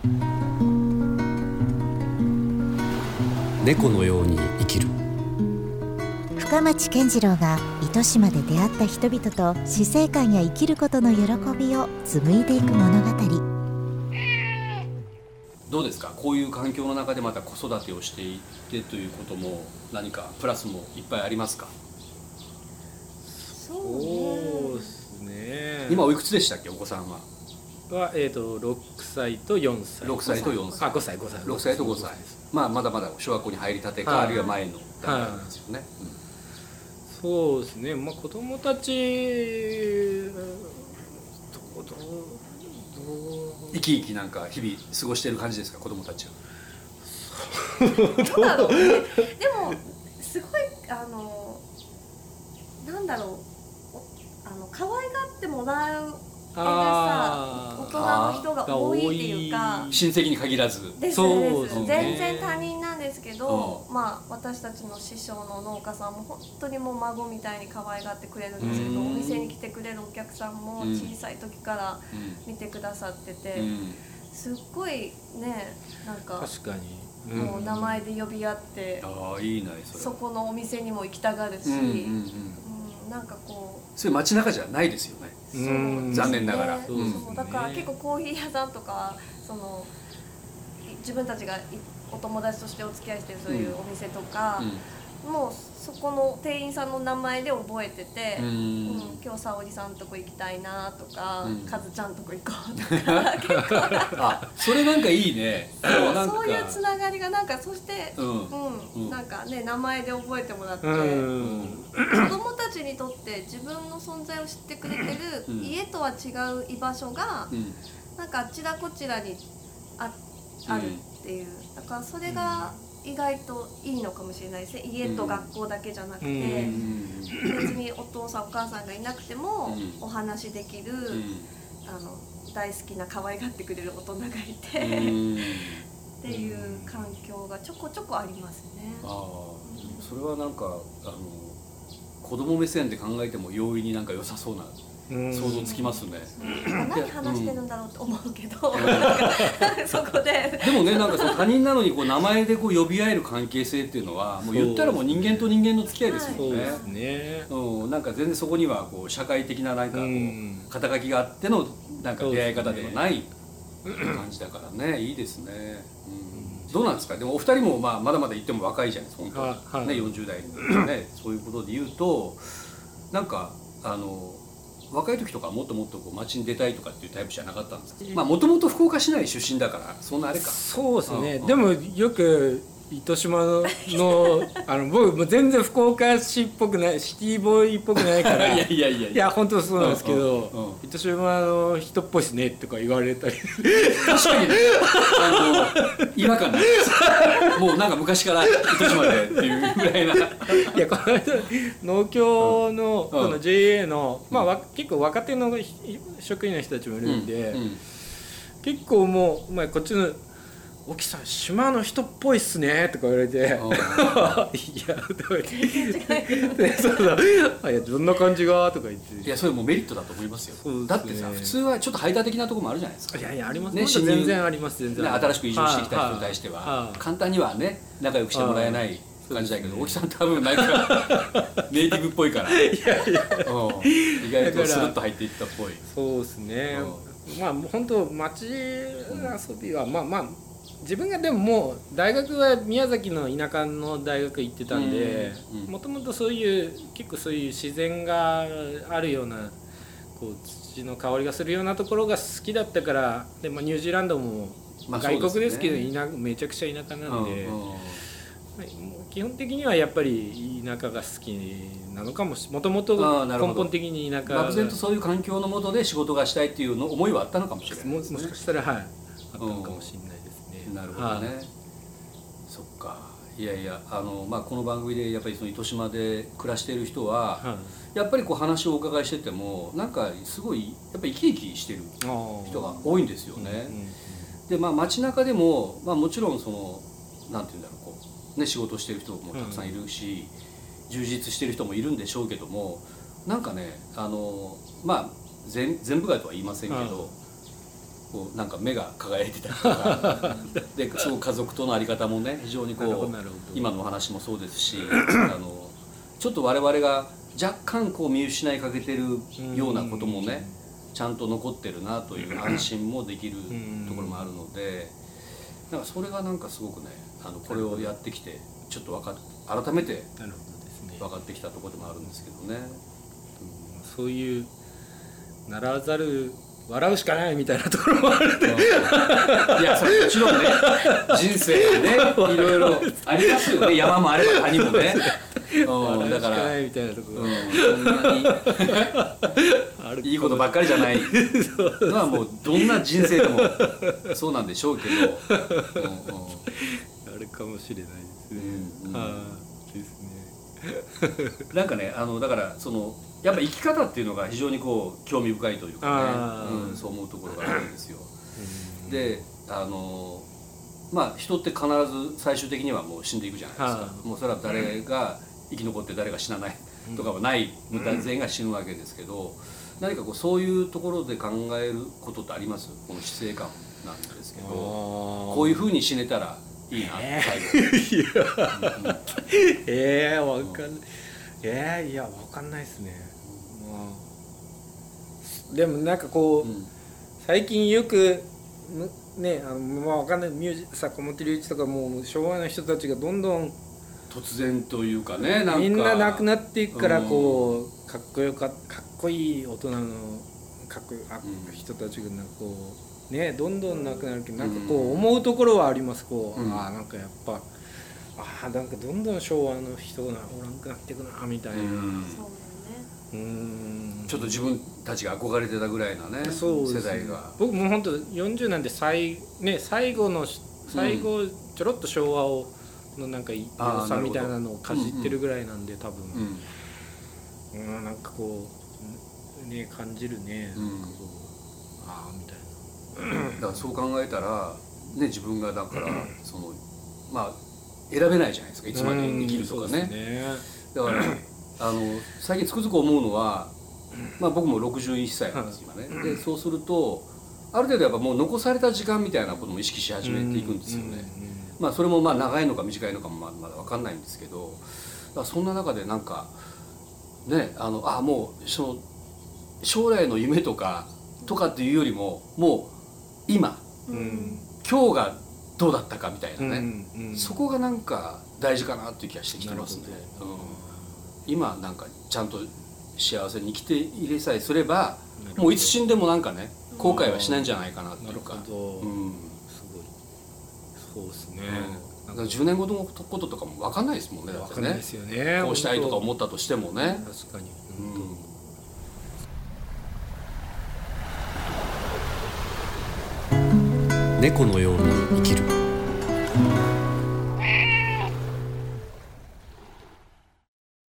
猫のように生きる。 深町健次郎が糸島で出会った人々と死生観や生きることの喜びを紡いでいく物語。 どうですか、こういう環境の中でまた子育てをしていってということも何かプラスもいっぱいありますか？ そうですね。 今おいくつでしたっけ、お子さんは 6歳と4歳。 6歳と4歳。 5歳 6歳と5歳。まだまだ小学校に入りたてか、あるいは前の段階なんですよね。 そうですね。子供たち生き生きなんか日々過ごしている感じですか、子供たちは。 どうだろうね。でもすごいなんだろう、可愛がってもらう大人の人が多いっていうか、 親戚に限らずです、 そうですね。 全然他人なんですけど、私たちの師匠の農家さんも本当にもう孫みたいに可愛がってくれるんですけど、お店に来てくれるお客さんも小さい時から見てくださってて、すっごいね、なんか確かに、 もう名前で呼び合って、 いいね、 そこのお店にも行きたがるし、なんかこうそういう街中じゃないですよね。残念ながら。 だから結構コーヒー屋さんとか、自分たちがお友達としてお付き合いしてるそういうお店とか、もうそこの店員さんの名前で覚えてて、今日沙織さんとこ行きたいなとか、カズちゃんとこ行こうとか結構それなんかいいね。 そういうつながりがなんか、そしてなんかね、名前で覚えてもらって、子供たちにとって自分の存在を知ってくれてる家とは違う居場所がなんかあちらこちらにあるっていう、だからそれが意外といいのかもしれないですね。家と学校だけじゃなくて、別にお父さんお母さんがいなくてもお話できる、大好きな可愛がってくれる大人がいてっていう環境がちょこちょこありますね。 それはなんか子供目線で考えても容易になんか良さそうな想像つきますね。 何話してるんだろうと思うけど、そこででもね、なんかその他人なのに名前で呼び合える関係性っていうのは、もう言ったらもう人間と人間の付き合いですもんね。なんか全然そこには社会的ななんか肩書きがあってのなんか出会い方ではない感じだからね、いいですね。どうなんですか。でもお二人もまだまだ言っても若いじゃないですか、本当ね、40代ね、そういうことで言うと、なんか若い時とかもっともっと街に出たいとかっていうタイプじゃなかったんですか。もともと福岡市内出身だからそんなあれか。 そうですね。でもよく糸島の僕も全然福岡市っぽくない、シティボーイっぽくないからいや本当そうなんですけど、糸島の人っぽいですねとか言われたり確かにね、違和感ないもうなんか昔から糸島でっていうぐらいな。いや、この間農協のこの JA の結構若手の職員の人たちもいるんで、結構もうこっちの沖さん島の人っぽいっすねとか言われて、いやとか言ってそういやどんな感じがとか言って、 いやそれもメリットだと思いますよ。だってさ、普通はちょっと排他的なところもあるじゃないですか。 いやありますね。全然あります。全然新しく移住してきた人に対しては簡単にはね仲良くしてもらえない感じだけど、沖さん多分なんかネイティブっぽいから意外とスルッと入っていったっぽい。 そうですね。本当町遊びは自分がでももう大学は宮崎の田舎の大学行ってたんで、もともとそういう結構そういう自然があるような土の香りがするようなところが好きだったから、でニュージーランドも外国ですけどめちゃくちゃ田舎なんで、基本的にはやっぱり田舎が好きなのかもしれない。もともと根本的に田舎漠然とそういう環境の下で仕事がしたいっていう思いはあったのかもしれないですね。 もしかしたらあったのかもしれないですね。 なるほどね。そっか。いやいやこの番組でやっぱりその糸島で暮らしている人は、やっぱり話をお伺いしててもなんかすごいやっぱり生き生きしてる人が多いんですよね。で街中でももちろんなんていうんだろう仕事してる人もたくさんいるし、充実してる人もいるんでしょうけども、なんかね全部がとは言いませんけど、 こうなんか目が輝いてたりとかでその家族との在り方もね非常にこう今のお話もそうですしちょっと我々が若干こう見失いかけてるようなこともねちゃんと残ってるなという安心もできるところもあるのでなんかそれがなんかすごくねこれをやってきてちょっと改めて分かってきたところでもあるんですけどね。 そういうならざる笑うしかないみたいなところもあるんで、 いやそれもちろんね人生でねいろいろありますよね山もあれば谷もねだから笑うしかないみたいなところ、 そんなにいいことばっかりじゃないのはもうどんな人生でもそうなんでしょうけどあるかもしれないですね。ですね。 なんかねだからそのやっぱ生き方っていうのが非常にこう興味深いというかね、そう思うところがあるんですよ。でまあ人って必ず最終的にはもう死んでいくじゃないですか。もうそれは誰が生き残って誰が死なないとかはない、全員が死ぬわけですけど、何かこうそういうところで考えることってあります？この死生観なんですけど、こういうふうに死ねたらいいな最後。わかんない。いやわかんないですね。でもなんかこう、最近よくねわかんない坂本龍一とかもう昭和の人たちがどんどん突然というかねなんかみんな亡くなっていくからこうかっこいい大人の人たちがなんかこうねどんどん亡くなるけどなんかこう思うところはあります。こうなんかやっぱなんかどんどん昭和の人がおらんくなっていくなみたいな。 ちょっと自分たちが憧れてたぐらいなね世代が。 僕も本当40なんで最後ちょろっと昭和のなんか良さみたいなのをかじってるぐらいなんで多分なんかこうね感じるね。みたいな。 だからそう考えたらね自分がだからそのまあ選べないじゃないですかいつまで生きるとかね。だから最近つくづく思うのは、まあ、僕も61歳なんです今ね。でそうするとある程度やっぱもう残された時間みたいなことも意識し始めていくんですよね。まあそれもまあ長いのか短いのかもまだ分かんないんですけど、だからそんな中でなんかねもうその将来の夢とかっていうよりももう今、今日がどうだったかみたいなね、そこがなんか大事かなっていう気がしてきてますね。今なんかちゃんと幸せに生きていれさえすればもういつ死んでもなんかね後悔はしないんじゃないかなっていうか。 すごいそうですね。 なんか10年後のこととかも分かんないですもんね。だってねこうしたいとか思ったとしてもね。 確かに。 猫のように生きる。